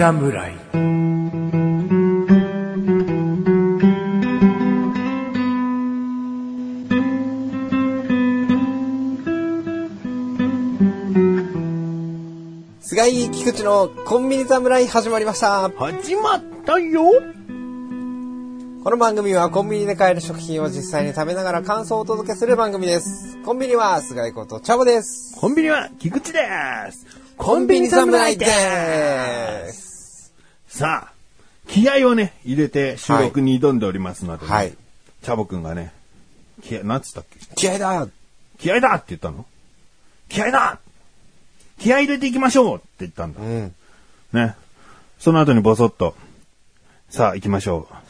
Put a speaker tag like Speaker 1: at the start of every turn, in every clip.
Speaker 1: 侍。
Speaker 2: 菅井菊池のコンビニ侍始まりました。
Speaker 1: 始まったよ。
Speaker 2: この番組はコンビニで買える食品を実際に食べながら感想をお届けする番組です。コンビニは菅井ことチャボです。
Speaker 1: コンビニは菊池です。
Speaker 2: コンビニ侍です。
Speaker 1: さあ、気合をね、入れて収録に挑んでおりますので、ね、
Speaker 2: はい。
Speaker 1: チャボくんがね、なんつったっけ？
Speaker 2: 気合だ
Speaker 1: 気合だって言ったの？気合だ気合入れていきましょうって言ったんだ。
Speaker 2: うん。
Speaker 1: ね。その後にボソッと、さあ行きましょう。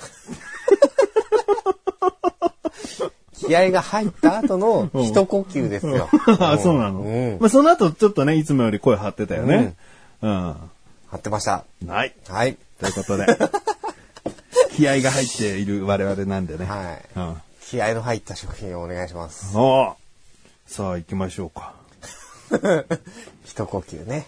Speaker 2: 気合が入った後の一呼吸ですよ。
Speaker 1: あ、そうなの、
Speaker 2: うん。
Speaker 1: まあ、その後ちょっとね、いつもより声張ってたよね。うん。
Speaker 2: 張ってました。
Speaker 1: はい。
Speaker 2: はい。
Speaker 1: ということで、気合が入っている我々なんでね。
Speaker 2: はい。
Speaker 1: うん、
Speaker 2: 気合の入った食品をお願いします。
Speaker 1: さあ行きましょうか。
Speaker 2: 一呼吸ね。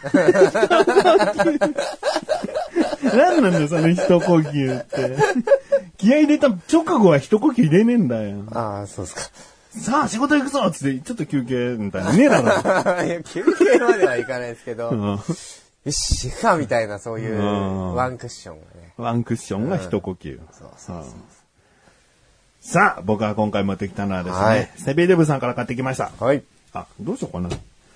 Speaker 1: 何なんだよ、その一呼吸って。気合入れた直後は一呼吸入れねえんだよ。
Speaker 2: ああ、そうですか。
Speaker 1: さあ仕事行くぞつって、ちょっと休憩みたいな。ねえだろ。
Speaker 2: いや、休憩まではいかないですけど、
Speaker 1: よ
Speaker 2: し、行くかみたいな、そういうワンクッションがね。
Speaker 1: ワンクッションが一呼吸。
Speaker 2: そうそうそう。
Speaker 1: さあ、僕が今回持ってきたのはですね、
Speaker 2: はい、
Speaker 1: セベレブさんから買ってきました。
Speaker 2: はい。
Speaker 1: あ、どうしようかな。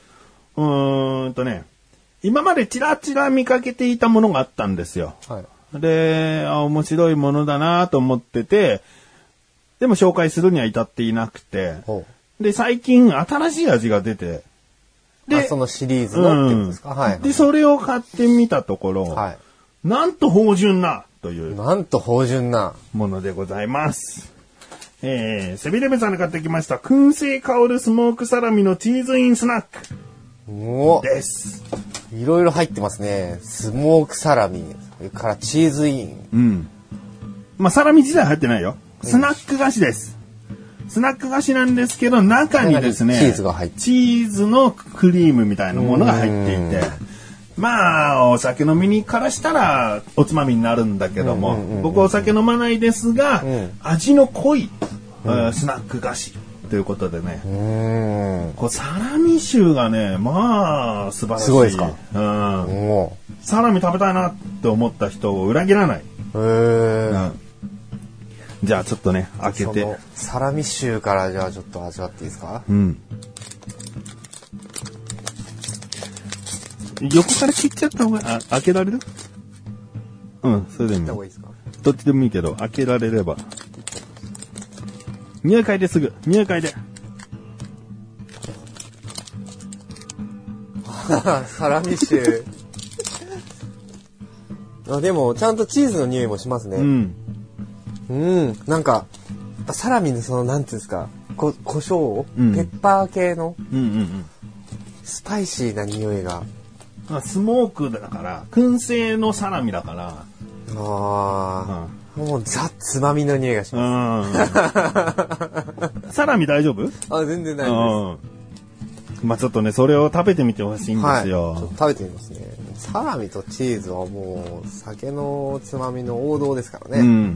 Speaker 1: 今までチラチラ見かけていたものがあったんですよ。
Speaker 2: はい。
Speaker 1: で、面白いものだなと思ってて、でも紹介するには至っていなくて、で、最近新しい味が出て、
Speaker 2: で、そのシリーズのってことですか、はい、はい。
Speaker 1: で、それを買ってみたところ、はい、なんと芳醇なという。
Speaker 2: なんと芳醇な
Speaker 1: ものでございます。セビレベさんで買ってきました、燻製香るスモークサラミのチーズインスナック。です。
Speaker 2: いろいろ入ってますね。スモークサラミ、それからチーズイン。
Speaker 1: うん。まあ、サラミ自体入ってないよ。スナック菓子です。スナック菓子なんですけど、中にですね、
Speaker 2: チーズが入って、
Speaker 1: チーズのクリームみたいなものが入っていて、まあ、お酒飲みにからしたらおつまみになるんだけども、僕お酒飲まないですが、味の濃い、スナック菓子ということでね、こうサラミ臭がね、まあ素晴らしい。
Speaker 2: すごいですか。
Speaker 1: サラミ食べたいなって思った人を裏切らない。じゃあちょっとね、開けて。
Speaker 2: サラミ臭からじゃあちょっと味わっていいですか？
Speaker 1: うん。横から切っちゃった方が、開けられる？うん、それでもいい。
Speaker 2: 切った方がいいですか？
Speaker 1: どっちでもいいけど、開けられれば。匂い嗅いですぐ。匂い嗅いで。
Speaker 2: サラミ臭。あ、でも、ちゃんとチーズの匂いもしますね。なんか、サラミのその、なんていうんですか、胡椒、ペッパー系の、スパイシーな匂いが。
Speaker 1: スモークだから、燻製のサラミだから。
Speaker 2: もうザ・つまみの匂いがします。
Speaker 1: サラミ大丈夫？
Speaker 2: 全然大丈夫です。
Speaker 1: まあちょっとね、それを食べてみてほしいんですよ。
Speaker 2: はい、ちょっと食べてみますね。サラミとチーズはもう酒のつまみの王道ですからね。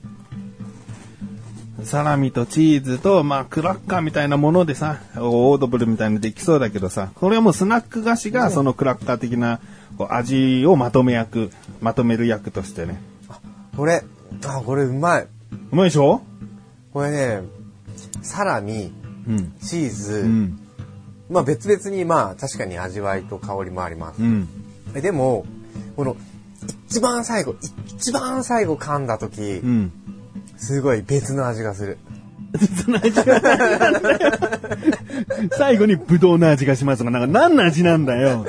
Speaker 1: サラミとチーズと、まあクラッカーみたいなものでさ、オードブルみたいなのできそうだけどさ、これはもうスナック菓子がそのクラッカー的な味をまとめる役としてね。
Speaker 2: これうまい。
Speaker 1: うまいでしょ？
Speaker 2: これね、サラミ、チーズ、まあ別々にまあ確かに味わいと香りもあります。でも、この一番最後噛んだ時、すごい別の味がする。
Speaker 1: 別の味が最後にブドウの味がしますが、なんか何の味なんだよ。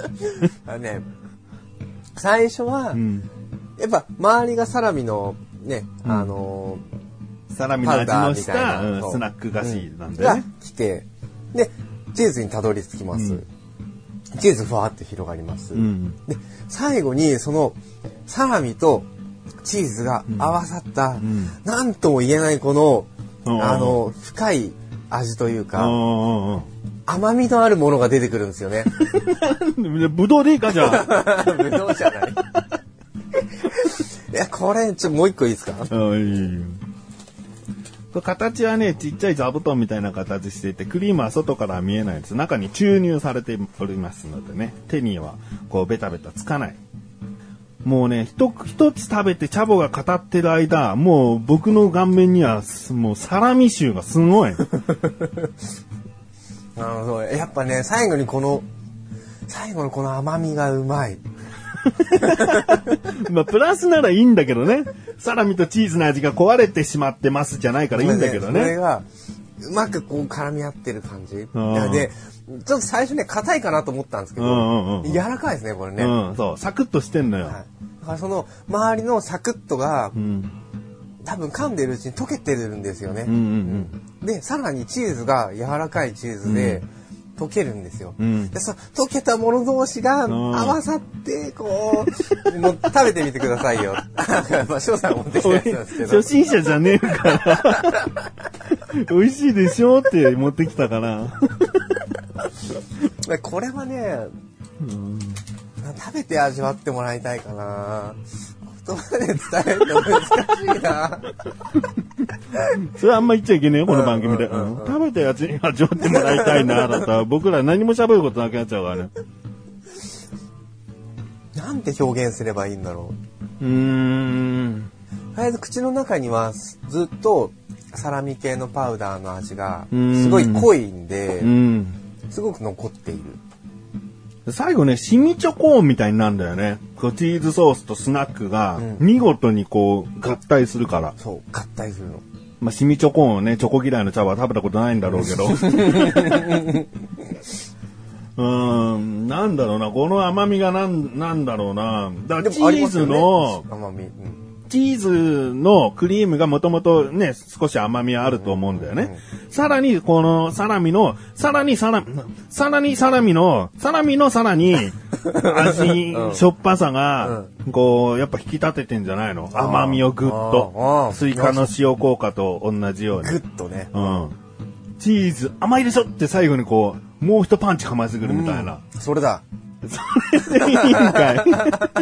Speaker 2: 最初は、やっぱ周りがサラミのね、
Speaker 1: サラミの味のしたスナック菓子なんだよね。
Speaker 2: が来て、で、チーズにたどり着きます。チーズふわーって広がります。で、最後にそのサラミとチーズが合わさった、なんとも言えないこの、深い味というか、甘みのあるものが出てくるんですよね。
Speaker 1: ぶどうでいいかじゃあ。
Speaker 2: ぶどうじゃない。いや、これ、もう一個いいですか？
Speaker 1: いいよ。形はね、ちっちゃい座布団みたいな形していて、クリームは外からは見えないです。中に注入されておりますのでね、手にはこうベタベタつかない。もうね、一つ食べてチャボが語ってる間、もう僕の顔面にはもうサラミ臭がすごい。
Speaker 2: なるほど。やっぱね、最後のこの甘みがうまい。
Speaker 1: まあ、プラスならいいんだけどね。サラミとチーズの味が壊れてしまってますじゃないからいいんだけどね。
Speaker 2: それが、うまくこう絡み合ってる感じ。で、ちょっと最初ね、硬いかなと思ったんですけど、柔らかいですね、これね。
Speaker 1: そう、サクッとしてんのよ。
Speaker 2: はい、だからその、周りのサクッとが、多分噛んでるうちに溶けてるんですよね。で、さらにチーズが柔らかいチーズで、溶けるんですよ。で、溶けたもの同士が合わさって、こう、もう食べてみてくださいよ。まあ、翔さん持ってきたやつなんですけど。
Speaker 1: 初心者じゃねえから。美味しいでしょって持ってきたから。
Speaker 2: これはね、食べて味わってもらいたいかな。言葉で伝えると難しいな。
Speaker 1: それあんま言っちゃいけねえよ、この番組で。食べて味わってもらいたいな、だったら僕ら何も喋ることなくなっちゃうからね。
Speaker 2: なんて表現すればいいんだろう。とりあえず口の中にはずっとサラミ系のパウダーの味がすごい濃いんで、すごく残っている。
Speaker 1: 最後ね、シミチョコーンみたいになるんだよね。こうチーズソースとスナックが見事にこう合体するから。
Speaker 2: そう、合体するの。
Speaker 1: まあ、シミチョコーンをね、チョコ嫌いの茶は食べたことないんだろうけど。なんだろうな、この甘みがなんだろうな。だからチーズの、
Speaker 2: 甘み。
Speaker 1: チーズのクリームがもともとね、少し甘みはあると思うんだよね。さらに、このサラミの、さらに味、しょっぱさが、こう、やっぱ引き立ててんじゃないの？甘みをぐっと。スイカの塩効果と同じように。
Speaker 2: ぐっとね。
Speaker 1: チーズ、甘いでしょって最後にこう、もう一パンチかまえてくるみたいな。
Speaker 2: それだ。
Speaker 1: それでいいんかい。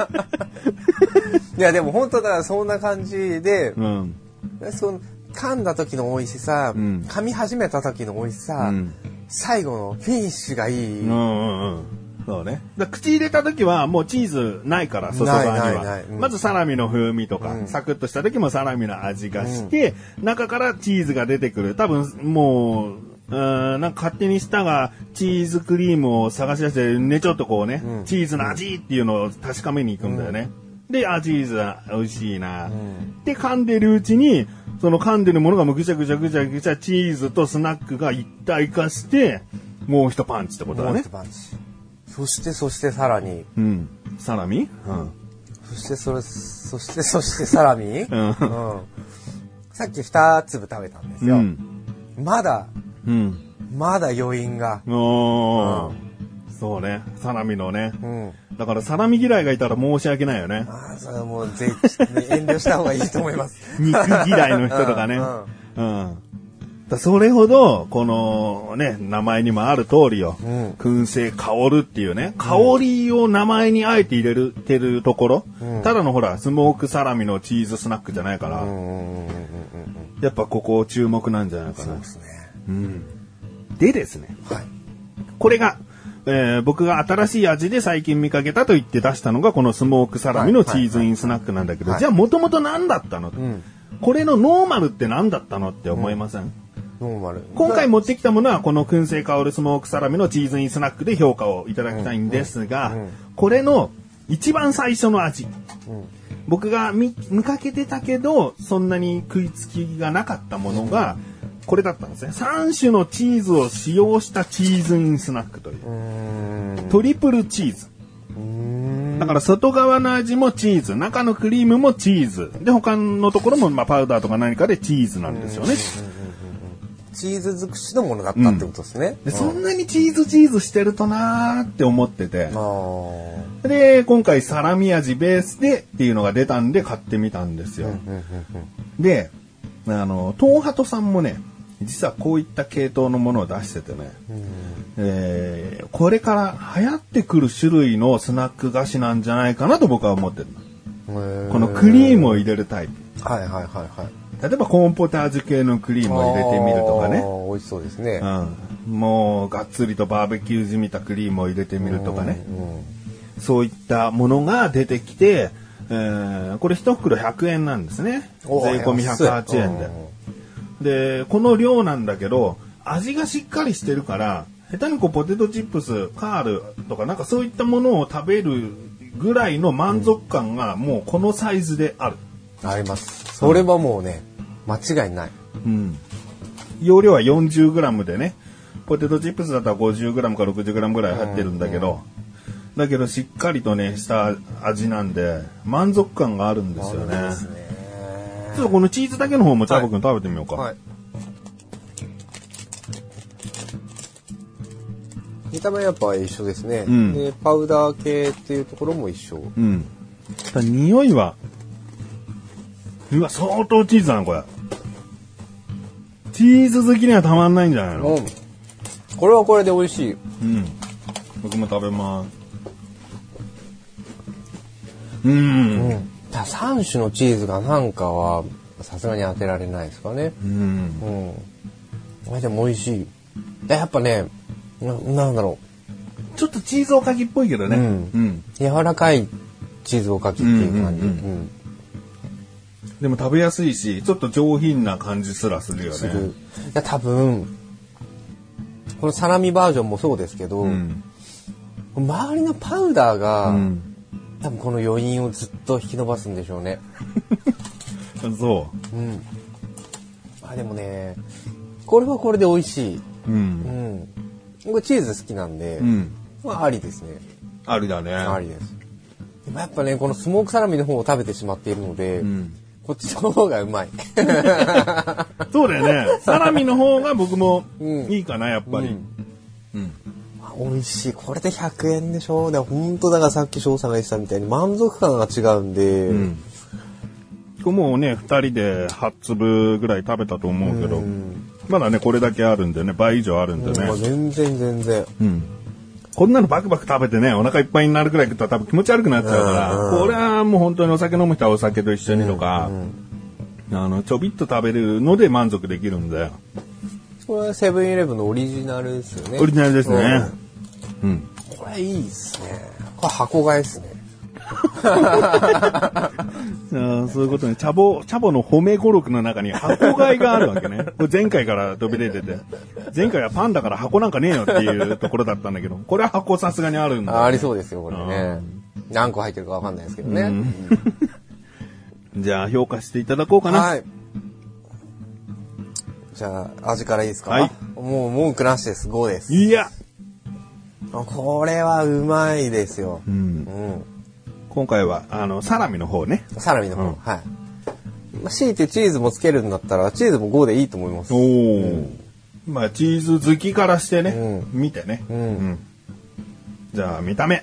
Speaker 2: いやでも本当だからそんな感じで、その噛んだ時の美味しさ、噛み始めた時の美味しさ、最後のフィニッシュがいい。
Speaker 1: そうね。口入れた時はもうチーズないから、外側には。まずサラミの風味とか、サクッとした時もサラミの味がして、中からチーズが出てくる。多分もう、なんか勝手に舌がチーズクリームを探し出してね、ちょっとこうね、チーズの味っていうのを確かめに行くんだよね。で、チーズ美味しいな。で、噛んでるうちに、その噛んでるものがもうぐちゃぐちゃチーズとスナックが一体化して、もう一パンチってことだね。もう一パンチ。
Speaker 2: そしてさらに。
Speaker 1: サラミ？
Speaker 2: そしてサラミ？さっき2粒食べたんですよ。まだ余韻が。
Speaker 1: そうね。サラミのね。だからサラミ嫌いがいたら申し訳ないよね。
Speaker 2: それはもうぜひ遠慮した方がいいと思います。
Speaker 1: 肉嫌いの人とかね。それほど、このね、名前にもある通りよ。燻製香るっていうね。香りを名前にあえて入れてるところ。ただのほら、スモークサラミのチーズスナックじゃないから。やっぱここ注目なんじゃないかな。そうですね。でですね。これが、僕が新しい味で最近見かけたと言って出したのがこのスモークサラミのチーズインスナックなんだけど、じゃあもともと何だったの、これのノーマルって何だったのって思いません？
Speaker 2: ノーマル。
Speaker 1: 今回持ってきたものはこの燻製香るスモークサラミのチーズインスナックで評価をいただきたいんですが、これの一番最初の味、僕が見かけてたけどそんなに食いつきがなかったものが、これだったんですね。3種のチーズを使用したチーズインスナックという。トリプルチーズ。だから外側の味もチーズ、中のクリームもチーズ。で、他のところもパウダーとか何かでチーズなんですよね。
Speaker 2: チーズ尽くしのものだったってことですね。
Speaker 1: でそんなにチーズしてるとなーって思ってて。で、今回サラミ味ベースでっていうのが出たんで買ってみたんですよ。で、東ハトさんもね、 実はこういった系統のものを出しててね、これから流行ってくる種類のスナック菓子なんじゃないかなと僕は思ってる。このクリームを入れるタイプ。
Speaker 2: はいはいはいはい。
Speaker 1: 例えばコーンポタージュ系のクリームを入れてみるとかね。
Speaker 2: 美味しそうですね。
Speaker 1: もうがっつりとバーベキューじみたクリームを入れてみるとかね。そういったものが出てきて、これ1袋100円なんですね。税込み108円で。で、この量なんだけど、味がしっかりしてるから、下手にこうポテトチップス、カールとかなんかそういったものを食べるぐらいの満足感がもうこのサイズである。
Speaker 2: あります。それはもうね、間違いない。
Speaker 1: 容量は 40g でね、ポテトチップスだったら 50g か 60g ぐらい入ってるんだけど、だけどしっかりとね、した味なんで、満足感があるんですよね。ちょっとこのチーズだけの方もチャボくん食べてみようか。はい。
Speaker 2: 見た目やっぱ一緒ですね。で、パウダー系っていうところも一緒。
Speaker 1: 匂いは、うわ、相当チーズだな、これ。チーズ好きにはたまんないんじゃないの？
Speaker 2: これはこれで美味しい。
Speaker 1: 僕も食べます。
Speaker 2: 3種のチーズがなんかはさすがに当てられないですかね。でも美味しい。やっぱね、なんだろ
Speaker 1: う。ちょっとチーズおかきっぽいけどね。
Speaker 2: 柔らかいチーズおかきっていう感じ。
Speaker 1: でも食べやすいし、ちょっと上品な感じすらするよね。
Speaker 2: いや多分、このサラミバージョンもそうですけど、周りのパウダーが、多分この余韻をずっと引き伸ばすんでしょうね。
Speaker 1: そう。
Speaker 2: でもね、これはこれで美味しい。僕チーズ好きなんで、ありですね。
Speaker 1: ありだね。
Speaker 2: ありです。でもやっぱね、このスモークサラミの方を食べてしまっているので、こっちの方がうまい。
Speaker 1: そうだよね。サラミの方が僕もいいかな、やっぱり。
Speaker 2: 美味しい。これで100円でしょ。で本当だからさっき翔さんが言ってたみたいに満足感が違うんで。
Speaker 1: もうね、2人で8粒ぐらい食べたと思うけど、まだね、これだけあるんでね、倍以上あるんでね。
Speaker 2: 全然。
Speaker 1: こんなのバクバク食べてね、お腹いっぱいになるくらい食ったら多分気持ち悪くなっちゃうから、これはもう本当にお酒飲む人はお酒と一緒にとか、ちょびっと食べるので満足できるんで。
Speaker 2: これはセブンイレブンのオリジナルですよね。
Speaker 1: オリジナルですね。
Speaker 2: これいいですね。これ箱買いですね。
Speaker 1: そういうことね。チャボの褒め語録の中に箱買いがあるわけね。これ前回から飛び出てて。前回はパンだから箱なんかねえよっていうところだったんだけど、これは箱さすがにあるんだ、ね。
Speaker 2: ありそうですよ、これね。何個入ってるかわかんないですけどね。
Speaker 1: じゃあ評価していただこうかな。
Speaker 2: はい。じゃあ、味からいいですか？
Speaker 1: はい。
Speaker 2: もう文句なしです。5です。
Speaker 1: いや。
Speaker 2: これはうまいですよ。
Speaker 1: 今回は、サラミの方ね。
Speaker 2: サラミの方。はい。強いてチーズもつけるんだったら、チーズも5でいいと思います。
Speaker 1: まあ、チーズ好きからしてね、見てね。じゃあ、見た目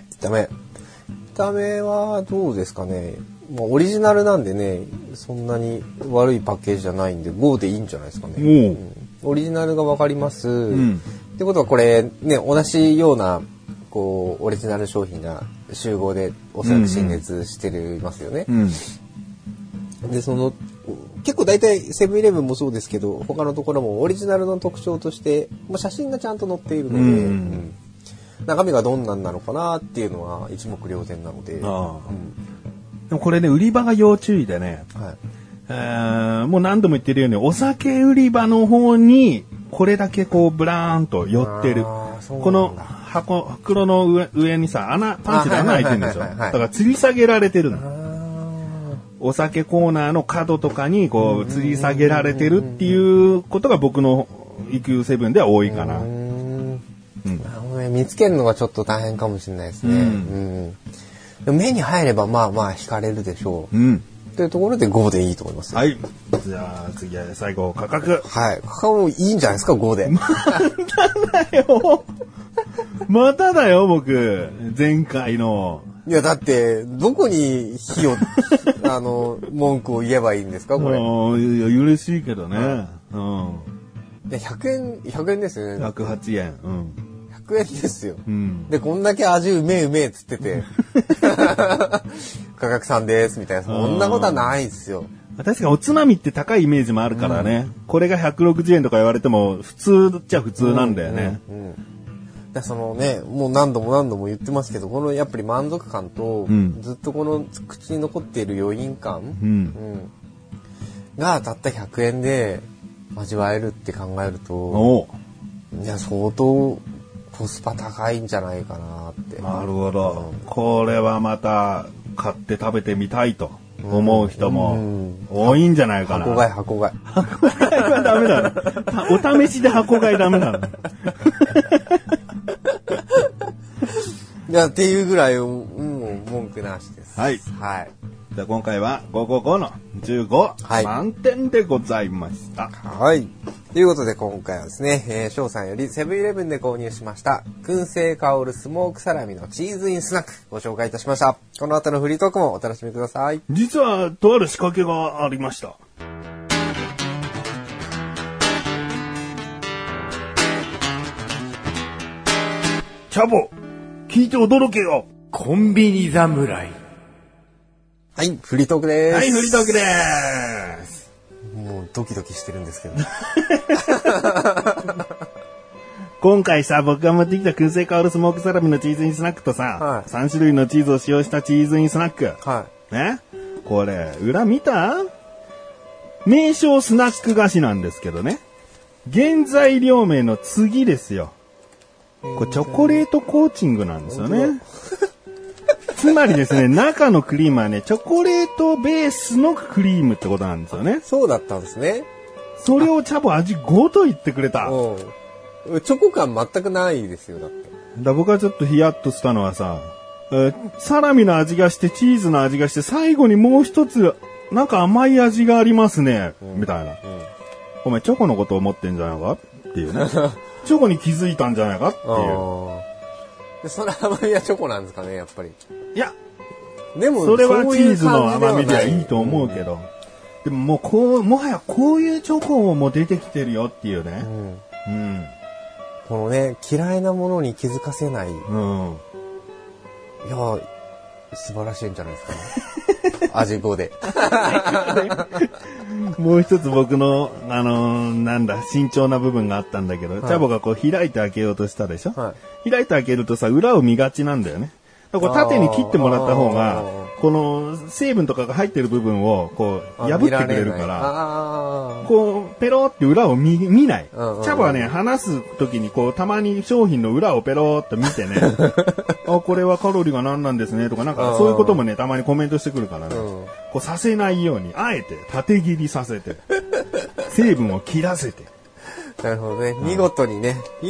Speaker 2: はどうですかね。オリジナルなんでね、そんなに悪いパッケージじゃないんで5でいいんじゃないですかね。オリジナルがわかります。ってことはこれね、同じようなこうオリジナル商品が集合でおそらく陳列してますよね。で結構大体セブンイレブンもそうですけど、他のところもオリジナルの特徴としてもう写真がちゃんと載っているので、中身がどんなんなのかなっていうのは一目瞭然なので。
Speaker 1: でもこれね、売り場が要注意でね、もう何度も言ってるように、お酒売り場の方に、これだけこう、ブラーンと寄ってる。この袋の上にさ、パンチで穴開いてるんでしょ。だから吊り下げられてるの。お酒コーナーの角とかに、こう、吊り下げられてるっていうことが僕の行くセブンでは多いかな。
Speaker 2: 見つけるのがちょっと大変かもしれないですね。目に入ればまあまあ惹かれるでしょう。というところで5でいいと思います。
Speaker 1: はい。じゃあ次は最後価格。
Speaker 2: はい。価格もいいんじゃないですか5で。
Speaker 1: まただよ僕。前回の。
Speaker 2: いやだってどこに火を文句を言えばいいんですかこれ。
Speaker 1: いや嬉しいけどね。
Speaker 2: で、100円ですよね。
Speaker 1: 108円。うん。
Speaker 2: 100円ですよ。
Speaker 1: うん。
Speaker 2: で、こんだけ味うめえっつってて、価格3ですみたいな、そんなことはないですよ。
Speaker 1: 確かにおつまみって高いイメージもあるからね。これが160円とか言われても普通っちゃ普通なんだよね。
Speaker 2: だそのね、もう何度も言ってますけど、このやっぱり満足感と、ずっとこの口に残っている余韻感、がたった100円で味わえるって考えると、いや、相当コスパ高いんじゃないかなって。
Speaker 1: なるほど。これはまた買って食べてみたいと思う人も多いんじゃないかな。
Speaker 2: 箱買い。
Speaker 1: 箱買いはダメだな。お試しで箱買いダメだな。
Speaker 2: いや、っていうぐらい、もう文句なしです。
Speaker 1: はい。
Speaker 2: はい。
Speaker 1: じゃあ今回は555の15、はい、満点でございました。
Speaker 2: はい。ということで今回はですね、翔さんよりセブンイレブンで購入しました、燻製香るスモークサラミのチーズインスナックご紹介いたしました。この後のフリートークもお楽しみください。
Speaker 1: 実はとある仕掛けがありました。チャボ、聞いて驚けよ。
Speaker 3: コンビニ侍。
Speaker 2: はい、フリートークです。
Speaker 1: はい、フリートークです。
Speaker 2: もうドキドキしてるんですけど。
Speaker 1: 今回さ、僕が持ってきた燻製香るスモークサラミのチーズインスナックとさ、はい、3種類のチーズを使用したチーズインスナック。
Speaker 2: はい。
Speaker 1: ね、これ、裏見た？名称スナック菓子なんですけどね。原材料名の次ですよ。これチョコレートコーチングなんですよね。つまりですね、中のクリームはね、チョコレートベースのクリームってことなんですよね。
Speaker 2: そうだったんですね。
Speaker 1: それをチャボ味5と言ってくれた。
Speaker 2: チョコ感全くないですよ、だって。
Speaker 1: 僕はちょっとヒヤッとしたのはさ、サラミの味がしてチーズの味がして最後にもう一つなんか甘い味がありますね、みたいな。お前チョコのことを思ってんじゃないかっていうね。チョコに気づいたんじゃないかっていう。
Speaker 2: その甘みはチョコなんですかね、やっぱり。
Speaker 1: いや、
Speaker 2: でも
Speaker 1: それはチーズの甘みではいいと思うけど、でももうもはやこういうチョコも出てきてるよっていうね。
Speaker 2: このね、嫌いなものに気づかせない。いや、素晴らしいんじゃないですかね。味5で。
Speaker 1: もう一つ僕の、慎重な部分があったんだけど、チャボがこう開いて開けようとしたでしょ、開いて開けるとさ、裏を見がちなんだよね。だから縦に切ってもらった方が、この成分とかが入ってる部分をこう破ってくれるから、こうペロって裏を見ない。チャボはね、話す時にこうたまに商品の裏をペロって見てね、あ、これはカロリーが何なんですねとかなんかそういうこともね、たまにコメントしてくるからね、こうさせないように、あえて縦切りさせて、成分を切らせて。
Speaker 2: なるほどね。見事に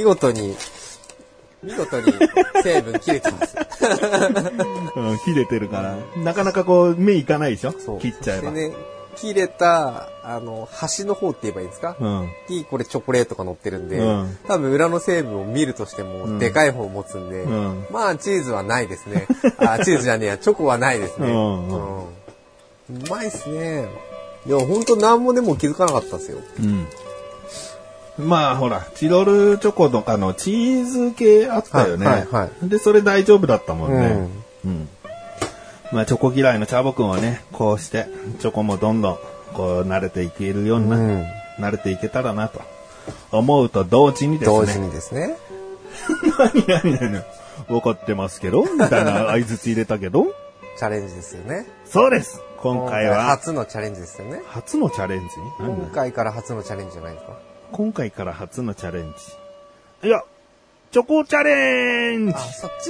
Speaker 2: 成分切れてます。
Speaker 1: 切れてるから。なかなかこう、目いかないでしょ、切っちゃえば。
Speaker 2: でね、切れた、端の方って言えばいいんですか、にこれチョコレートが乗ってるんで、多分裏の成分を見るとしても、でかい方を持つんで、まあチーズはないですね。チーズじゃねえや、チョコはないですね。うまいっすね。いや、ほんと何もでも気づかなかったですよ。
Speaker 1: まあほら、チロルチョコとかのチーズ系あったよね。で、それ大丈夫だったもんね。まあチョコ嫌いのチャボくんはね、こうしてチョコもどんどんこう慣れていけるように慣れていけたらなと思うと同時にですね。何分かってますけどみたいな相槌入れたけど。
Speaker 2: チャレンジですよね。
Speaker 1: そうです。今回は
Speaker 2: 初のチャレンジですよね。
Speaker 1: 初のチャレンジ？
Speaker 2: 今回から初のチャレンジじゃないですか。
Speaker 1: 今回から初のチャレンジ。いや、チョコチャレンジ。
Speaker 2: そっち、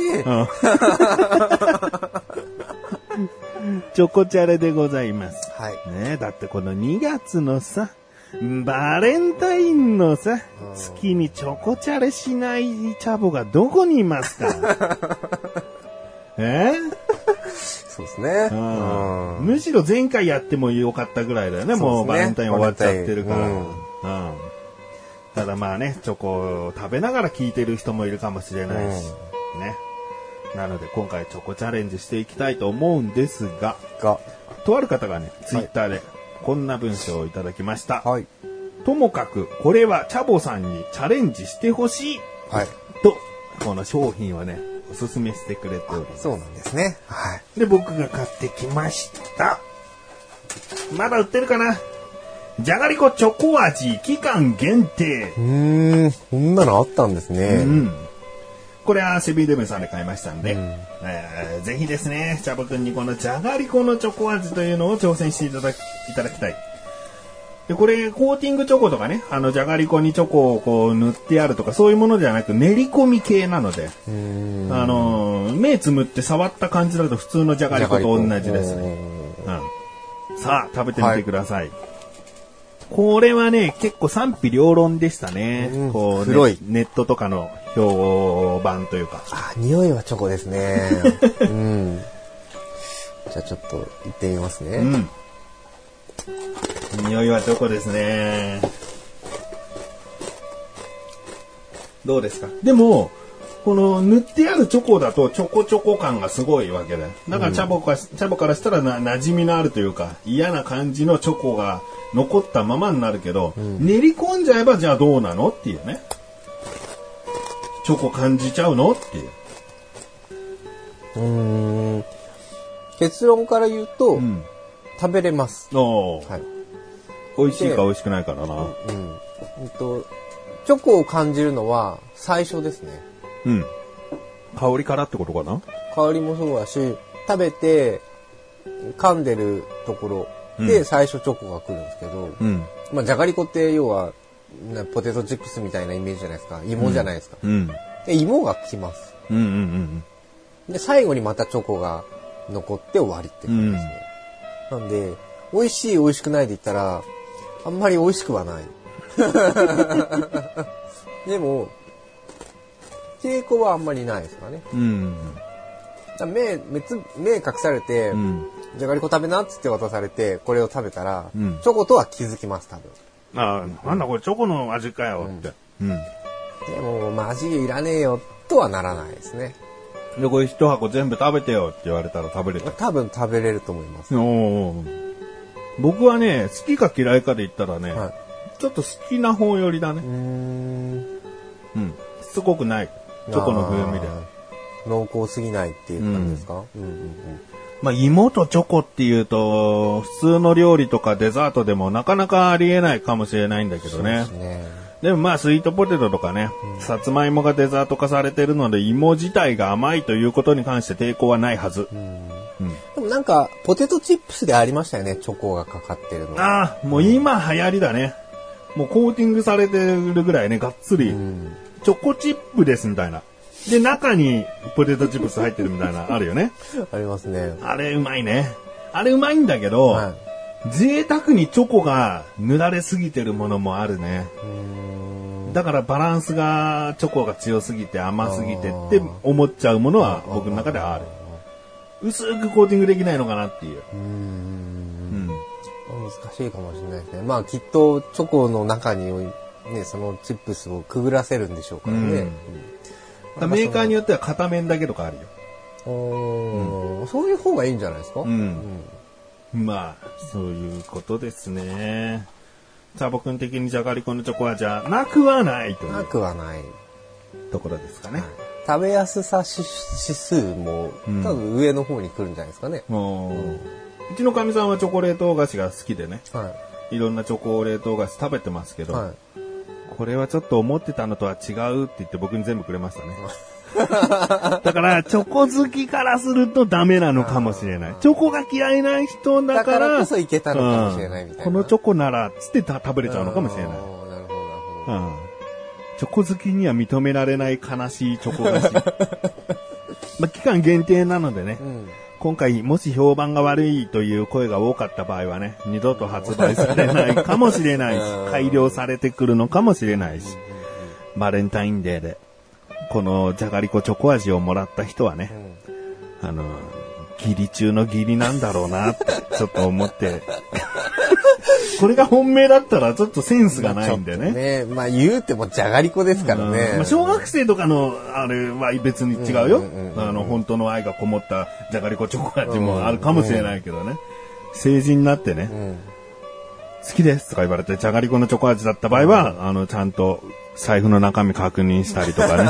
Speaker 1: チョコチャレでございます。
Speaker 2: はい。
Speaker 1: ね、だってこの2月のさ、バレンタインのさ、月にチョコチャレしないチャボがどこにいますか？
Speaker 2: そうですね。
Speaker 1: むしろ前回やってもよかったぐらいだよね。もうバレンタイン終わっちゃってるから。ただまあね、チョコを食べながら聞いてる人もいるかもしれないし、ね。なので今回チョコチャレンジしていきたいと思うんですが、とある方がね、ツイッターでこんな文章をいただきました。 ともかく、これはチャボさんにチャレンジしてほしい。
Speaker 2: はい。
Speaker 1: と、この商品をね、おすすめしてくれております。
Speaker 2: そうなんですね。はい。
Speaker 1: で、僕が買ってきました。まだ売ってるかな？じゃがりこチョコ味期間限定。
Speaker 2: こんなのあったんですね。
Speaker 1: これはセブンイレブンさんで買いましたんで、ぜひですね、チャボくんにこのじゃがりこのチョコ味というのを挑戦していただきたい。で、これ、コーティングチョコとかね、じゃがりこにチョコをこう塗ってあるとかそういうものではなく練り込み系なので、目つむって触った感じだと普通のじゃがりこと同じですね。さあ、食べてみてください。これはね、結構賛否両論でしたね。こう
Speaker 2: 黒い。
Speaker 1: ネットとかの評判というか。
Speaker 2: 匂いはチョコですね。じゃあちょっと行ってみますね。
Speaker 1: 匂いはチョコですね。どうですか？でも、この塗ってあるチョコだとチョコチョコ感がすごいわけだよ。だからチャボからしたら馴染みのあるというか嫌な感じのチョコが残ったままになるけど、練り込んじゃえばじゃあどうなのっていうね。チョコ感じちゃうのっていう。
Speaker 2: 結論から言うと、食べれます。
Speaker 1: はい。美味しいか美味しくないからな。
Speaker 2: チョコを感じるのは最初ですね。
Speaker 1: 香りからってことかな？
Speaker 2: 香りもそうだし、食べて噛んでるところで最初チョコが来るんですけど、じゃがりこって要はポテトチップスみたいなイメージじゃないですか。芋じゃないですか。で芋が来ます。で最後にまたチョコが残って終わりって感じですね。なんで美味しい美味しくないで言ったらあんまり美味しくはない。でも抵抗はあんまりないですかね。目隠されて、じゃがりこ食べなっつって渡されてこれを食べたら、チョコとは気づきます多分。
Speaker 1: なんだこれチョコの味かよって。
Speaker 2: でも味いらねえよとはならないですね。
Speaker 1: でこれ一箱全部食べてよって言われたら食べれた？
Speaker 2: 多分食べれると思います。
Speaker 1: 僕はね好きか嫌いかで言ったらね、ちょっと好きな方よりだね。しつこくないチョコの風味で
Speaker 2: 濃厚すぎないっていう感じですか？
Speaker 1: 芋とチョコっていうと普通の料理とかデザートでもなかなかありえないかもしれないんだけどね。でもスイートポテトとかね、さつまいもがデザート化されてるので芋自体が甘いということに関して抵抗はないはず。
Speaker 2: でもなんかポテトチップスでありましたよね、チョコがかかってるの。
Speaker 1: もう今流行りだね。もうコーティングされてるぐらいね、がっつり、チョコチップですみたいな。で、中にポテトチップス入ってるみたいな、あるよね。
Speaker 2: ありますね。
Speaker 1: あれうまいね。あれうまいんだけど、贅沢にチョコが塗られすぎてるものもあるね。だからバランスがチョコが強すぎて甘すぎてって思っちゃうものは僕の中ではある。薄くコーティングできないのかなっていう。
Speaker 2: 難しいかもしれないですね。きっとチョコの中にね、そのチップスをくぐらせるんでしょうからね。
Speaker 1: メーカーによっては片面だけとかあるよ。
Speaker 2: そういう方がいいんじゃないですか？
Speaker 1: そういうことですね。チャボくん的にじゃがりこのチョコはじゃなくはないという。
Speaker 2: なくはない
Speaker 1: ところですかね。
Speaker 2: 食べやすさ指数も多分上の方に来るんじゃないですかね。
Speaker 1: うちのかみさんはチョコレート菓子が好きでね。いろんなチョコレート菓子食べてますけど、これはちょっと思ってたのとは違うって言って僕に全部くれましたね。だからチョコ好きからするとダメなのかもしれない。チョコが嫌いな人だから、
Speaker 2: だからこそいけたのかもしれないみたいな。
Speaker 1: このチョコならつって食べれちゃうのかもしれない。チョコ好きには認められない悲しいチョコ菓子。期間限定なのでね。今回もし評判が悪いという声が多かった場合はね、二度と発売されないかもしれないし、改良されてくるのかもしれないし、バレンタインデーでこのじゃがりこチョコ味をもらった人はね、義理中の義理なんだろうなってちょっと思ってこれが本命だったらちょっとセンスがないんでね。
Speaker 2: 言うてもじゃがりこですからね。
Speaker 1: 小学生とかのあれは別に違うよ。本当の愛がこもったじゃがりこチョコ味もあるかもしれないけどね。成人になってね、 好きですとか言われて、じゃがりこのチョコ味だった場合は、ちゃんと財布の中身確認したりとかね。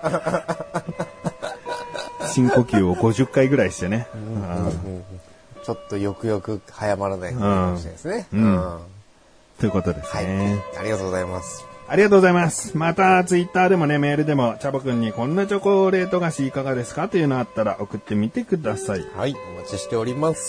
Speaker 1: 深呼吸を50回ぐらいしてね。
Speaker 2: ちょっとよくよく早まらないかもしれないですね。
Speaker 1: ということですね。
Speaker 2: はい。ありがとうございます。
Speaker 1: ありがとうございます。また、ツイッターでもね、メールでも、チャボくんにこんなチョコレート菓子いかがですかというのあったら送ってみてください。
Speaker 2: はい。お待ちしております。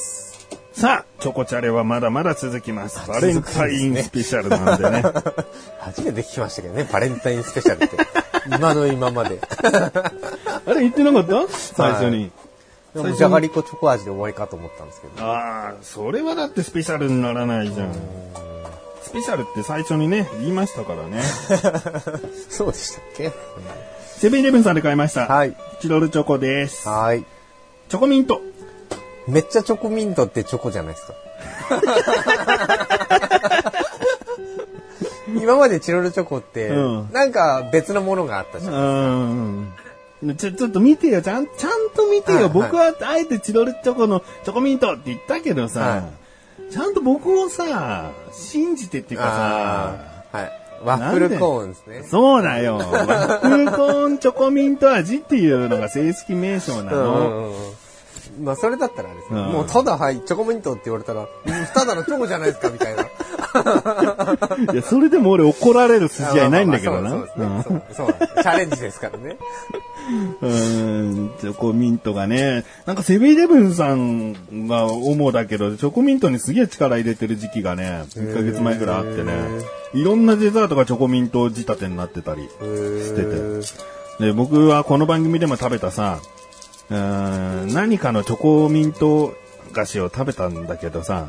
Speaker 1: さあ、チョコチャレはまだまだ続きます。バレンタインスペシャルなんでね。
Speaker 2: 初めて聞きましたけどね、バレンタインスペシャルって。今まで。
Speaker 1: あれ言ってなかった最初に。
Speaker 2: じゃがりこチョコ味で終わりかと思ったんですけど。
Speaker 1: ああ、それはだってスペシャルにならないじゃん。スペシャルって最初にね、言いましたからね。
Speaker 2: そうでしたっけ？
Speaker 1: セブンイレブンさんで買いました。
Speaker 2: はい。
Speaker 1: チロルチョコです。
Speaker 2: はい。
Speaker 1: チョコミント。
Speaker 2: めっちゃチョコミントってチョコじゃないですか。今までチロルチョコって、なんか別のものがあったじゃないですか。
Speaker 1: ちょっと見てよ、ちゃんと見てよ。はいはい、僕はあえてチロルチョコのチョコミントって言ったけどさ、はい、ちゃんと僕をさ、信じてっていうか
Speaker 2: さ、はい。ワッフルコーンですね。
Speaker 1: そうだよ。ワッフルコーンチョコミント味っていうのが正式名称なの。
Speaker 2: まあそれだったらあれですね。もうただチョコミントって言われたら、ただのチョコじゃないですかみたいな。
Speaker 1: いや、それでも俺怒られる筋合いないんだけどな。
Speaker 2: そうですね。そうチャレンジですからね。
Speaker 1: チョコミントがね、なんかセブンイレブンさんが主だけど、チョコミントにすげえ力入れてる時期がね、1ヶ月前くらいあってね、いろんなデザートがチョコミント仕立てになってたりしてて。で、僕はこの番組でも食べたさ、何かのチョコミント菓子を食べたんだけどさ、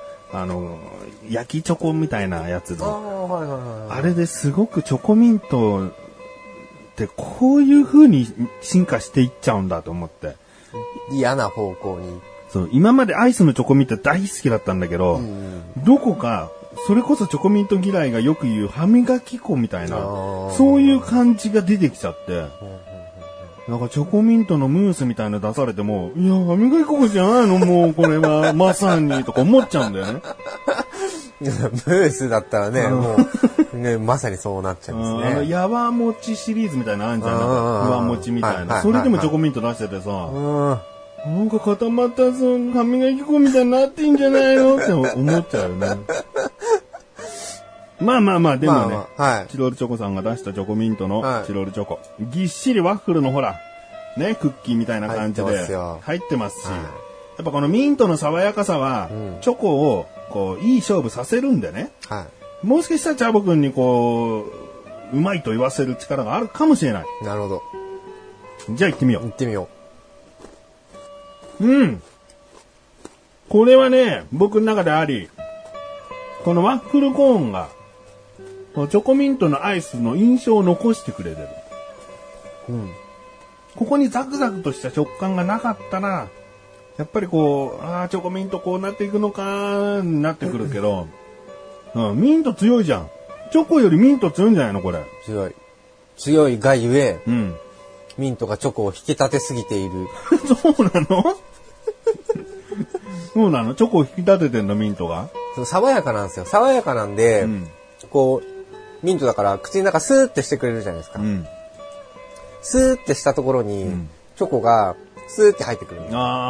Speaker 1: 焼きチョコみたいなやつで、あれですごくチョコミントってこういう風に進化していっちゃうんだと思って。
Speaker 2: 嫌な方向に。
Speaker 1: そう、今までアイスのチョコミント大好きだったんだけど、どこか、それこそチョコミント嫌いがよく言う歯磨き粉みたいな、そういう感じが出てきちゃって、なんかチョコミントのムースみたいなの出されても、いや、歯磨き粉じゃないのもうこれは、まさに、とか思っちゃうんだよね。
Speaker 2: ムースだったらね、もう、ね、まさにそうなっちゃいますね。
Speaker 1: やわもちシリーズみたいなのあるじゃん。ふわもちみたいな。それでもチョコミント出しててさ、なんか固まった歯磨き粉みたいになってんじゃないのって思っちゃうよね。まあ、でもね、チロルチョコさんが出したチョコミントのチロルチョコ。ぎっしりワッフルのほら、ね、クッキーみたいな感じで入ってますし、やっぱこのミントの爽やかさは、チョコをこう、いい勝負させるんでね。もしかしたらチャボくんにこう、うまいと言わせる力があるかもしれない。
Speaker 2: なるほど。
Speaker 1: じゃあ行ってみよう。
Speaker 2: 行ってみよ
Speaker 1: う。これはね、僕の中であり、このワッフルコーンが、チョコミントのアイスの印象を残してくれてる。ここにザクザクとした食感がなかったら、やっぱりこう、チョコミントこうなっていくのかになってくるけど、ミント強いじゃん。チョコよりミント強いんじゃないのこれ。
Speaker 2: 強いがゆえ、ミントがチョコを引き立てすぎている。
Speaker 1: そうなのそうなのチョコを引き立ててんのミントが
Speaker 2: 爽やかなんですよ。爽やかなんで、こう、ミントだから口の中スーってしてくれるじゃないですか。スーってしたところに、チョコがスーって入ってくる。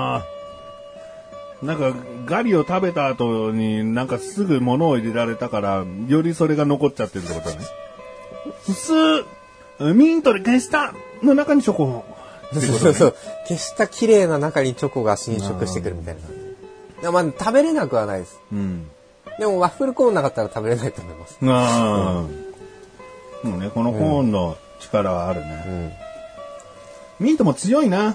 Speaker 1: なんかガリを食べた後になんかすぐ物を入れられたからよりそれが残っちゃってるってことね。ミントで消したの中にチョコを、
Speaker 2: そう消した綺麗な中にチョコが侵食してくるみたいな。まあ食べれなくはないです。でもワッフルコーンなかったら食べれないと思います。
Speaker 1: もうね、このコーンの力はあるね。ミントも強いな。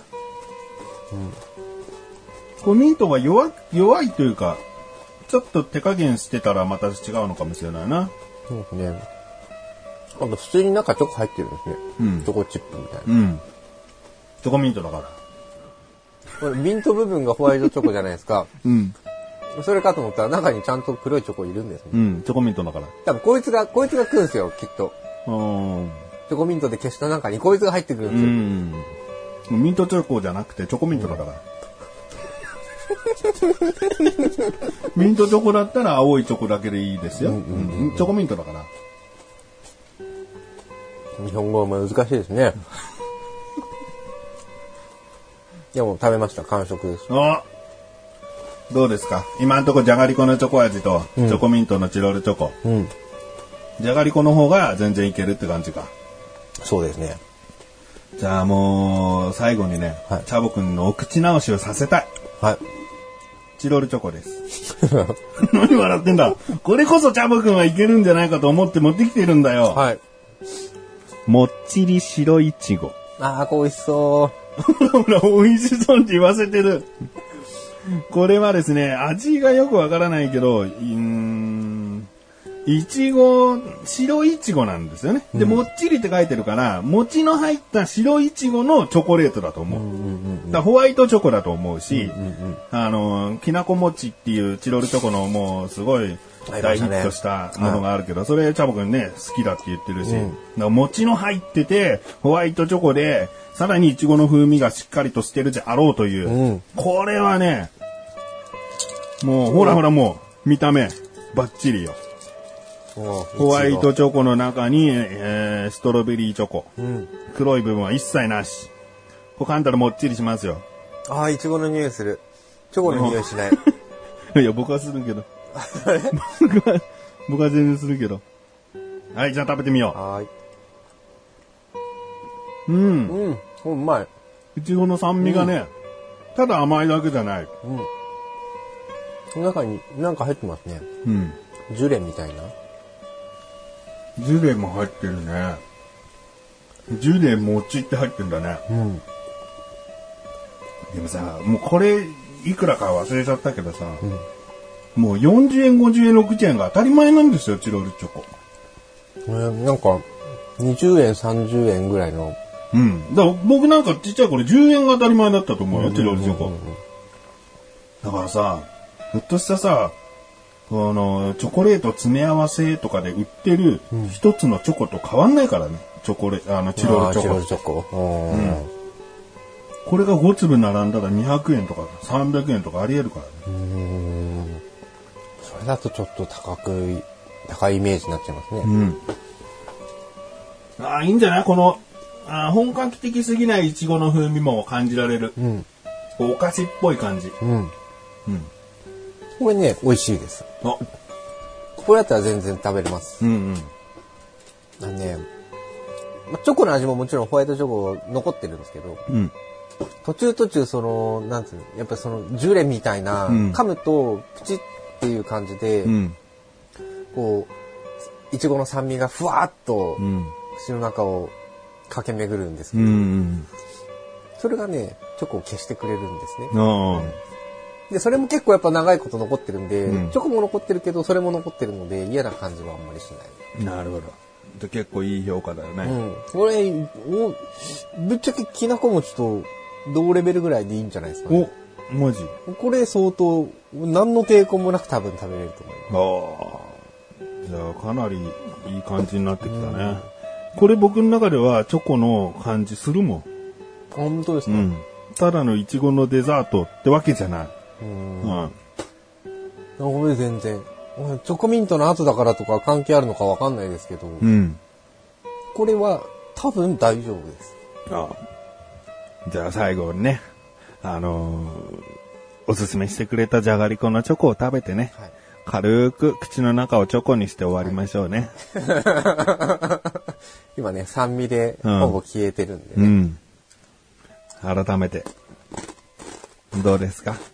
Speaker 1: これミントが弱いというか、ちょっと手加減してたらまた違うのかもしれないな。
Speaker 2: そうですね。あと普通に中チョコ入ってるんですね。チョコチップみたいな。
Speaker 1: チョコミントだから。
Speaker 2: これミント部分がホワイトチョコじゃないですか。それかと思ったら中にちゃんと黒いチョコいるんですね。
Speaker 1: チョコミントだから。
Speaker 2: 多分こいつが食うんですよ、きっと。チョコミントで消した中にこいつが入ってくるんですよ。
Speaker 1: ミントチョコじゃなくてチョコミントだから。 ミントチョコだったら青いチョコだけでいいですよ。チョコミントだから。
Speaker 2: 日本語は難しいですね。いやもう食べました。完食です。
Speaker 1: どうですか今んとこじゃがりこのチョコ味と、チョコミントのチロルチョコ。じゃがりこの方が全然いけるって感じか。
Speaker 2: そうですね。
Speaker 1: じゃあもう、最後にね、チャボくんのお口直しをさせたい。
Speaker 2: はい。
Speaker 1: チロルチョコです。何笑ってんだ。これこそチャボくんはいけるんじゃないかと思って持ってきてるんだよ。
Speaker 2: はい。
Speaker 1: もっちり白いちご。
Speaker 2: 美味しそう。
Speaker 1: ほら、美味しそうって言わせてる。これはですね、味がよくわからないけど、いちご、白いちごなんですよね。で、もっちりって書いてるから、餅の入った白いちごのチョコレートだと思う。だからホワイトチョコだと思うし、きなこ餅っていうチロルチョコのもうすごい大ヒットしたものがあるけど、それチャボくんね、好きだって言ってるし、だから餅の入ってて、ホワイトチョコで、さらにいちごの風味がしっかりとしてるであろうという、これはね、もうほらほらもう見た目バッチリよ。ホワイトチョコの中に、ストロベリーチョコ、黒い部分は一切なし。これ噛んだらもっちりしますよ。
Speaker 2: いちごの匂いする。チョコの匂いしない。
Speaker 1: いや僕はするけど。僕は全然するけど。はい、じゃあ食べてみよう。
Speaker 2: はい。うまい。
Speaker 1: いちごの酸味がね、ただ甘いだけじゃない。
Speaker 2: 中になんか入ってますね。ジュレみたいな。
Speaker 1: ジュレも入ってるね。ジュレ餅って入ってんだね。でもさ、もうこれいくらか忘れちゃったけどさ、もう40円、50円、60円が当たり前なんですよ、チロルチョコ。
Speaker 2: なんか20円、30円ぐらいの。
Speaker 1: だから僕なんかちっちゃい頃10円が当たり前だったと思うよ、チロルチョコ。だからさ、ひょっとしたさ、このチョコレート詰め合わせとかで売ってる一つのチョコと変わんないからね。チロルチョコ。
Speaker 2: チロルチョコ。
Speaker 1: これが5粒並んだら200円とか300円とかあり得るから
Speaker 2: ね。それだとちょっと高いイメージになっちゃいますね。
Speaker 1: いいんじゃないこの、本格的すぎないイチゴの風味も感じられる。お菓子っぽい感じ。
Speaker 2: これね、美味しいです。これだったら全然食べれます。チョコの味ももちろんホワイトチョコ残ってるんですけど、途中なんつうの、やっぱそのジュレみたいな、噛むとプチっていう感じで、こう、いちごの酸味がふわっと口の中を駆け巡るんですけど、それがね、チョコを消してくれるんですね。で、それも結構やっぱ長いこと残ってるんで、チョコも残ってるけど、それも残ってるので、嫌な感じはあんまりしない。
Speaker 1: なるほど。結構いい評価だよね。
Speaker 2: これ、ぶっちゃけきなこ餅と同レベルぐらいでいいんじゃないですかね。
Speaker 1: マジ？
Speaker 2: これ相当、何の抵抗もなく多分食べれると思
Speaker 1: います。じゃあ、かなりいい感じになってきたね。これ僕の中ではチョコの感じするもん。
Speaker 2: 本当ですか？
Speaker 1: ただのイチゴのデザートってわけじゃない。
Speaker 2: これ全然。チョコミントの後だからとか関係あるのかわかんないですけど、これは多分大丈夫です。
Speaker 1: じゃあ最後にね、おすすめしてくれたじゃがりこのチョコを食べてね、軽く口の中をチョコにして終わりましょうね。
Speaker 2: 今ね、酸味でほぼ消えてるんでね。
Speaker 1: 改めて、どうですか？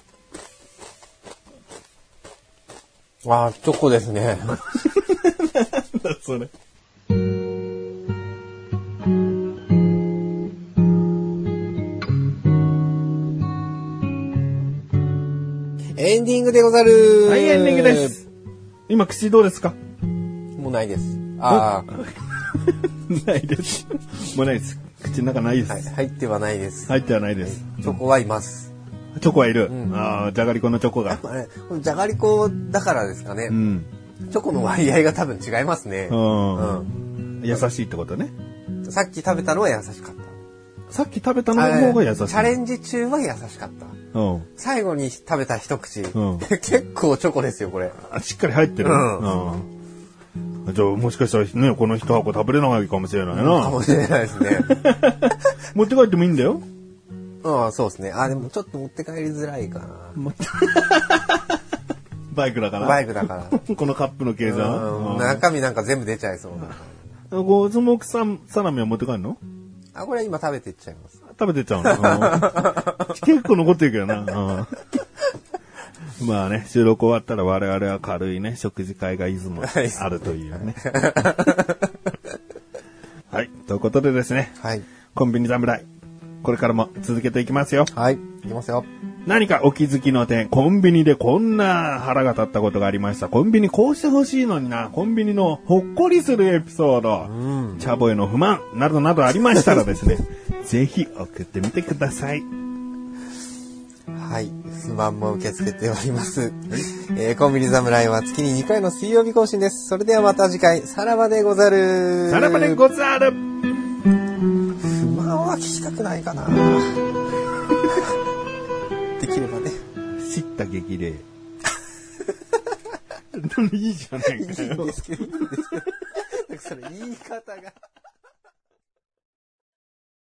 Speaker 2: チョコですね。
Speaker 1: なんだそれ。
Speaker 2: エンディングでござる。
Speaker 1: はい、エンディングです。今、口どうですか？
Speaker 2: もうないです。
Speaker 1: ないです。もうないです。口の中ないです。
Speaker 2: 入ってはないです。
Speaker 1: 入ってはないです。
Speaker 2: チョコはいます。
Speaker 1: チョコはいる。じゃがりこのチョコが。
Speaker 2: やっぱね、じゃがりこだからですかね。チョコの割合が多分違いますね。
Speaker 1: 優しいってことね。
Speaker 2: さっき食べたのは優しかっ
Speaker 1: さっき食べたの方が優しい。
Speaker 2: チャレンジ中は優しかった。
Speaker 1: うん。
Speaker 2: 最後に食べた一口、
Speaker 1: うん、
Speaker 2: 結構チョコですよ、これ。
Speaker 1: しっかり入ってる。じゃあ、もしかしたらね、この一箱食べれないかもしれないな。
Speaker 2: かもしれないですね。
Speaker 1: 持って帰ってもいいんだよ。
Speaker 2: そうですね。でもちょっと持って帰りづらいかな。
Speaker 1: バイクだから。
Speaker 2: バイクだから。
Speaker 1: このカップの形状。
Speaker 2: 中身なんか全部出ちゃいそうな。
Speaker 1: スモークサラミは持って帰るの？
Speaker 2: これ今食べていっちゃいます。
Speaker 1: 食べてっちゃうの？結構残ってるけどな。まあね、収録終わったら我々は軽いね、食事会がいつもあるというね。はい。ということでですね。
Speaker 2: はい。
Speaker 1: コンビニ侍。これからも続けていきますよ。
Speaker 2: はい。いきますよ。
Speaker 1: 何かお気づきの点、コンビニでこんな腹が立ったことがありました。コンビニこうしてほしいのにな。コンビニのほっこりするエピソード。チャボへの不満などなどありましたらですね、ぜひ送ってみてください。
Speaker 2: はい。不満も受け付けております。コンビニ侍は月に2回の水曜日更新です。それではまた次回、さらばでござる。
Speaker 1: さらばでござる。
Speaker 2: 不満は聞きたくないかな。できればね。
Speaker 1: 知った激励。いいじゃないかよ。
Speaker 2: いいんですけど。それ言い方が。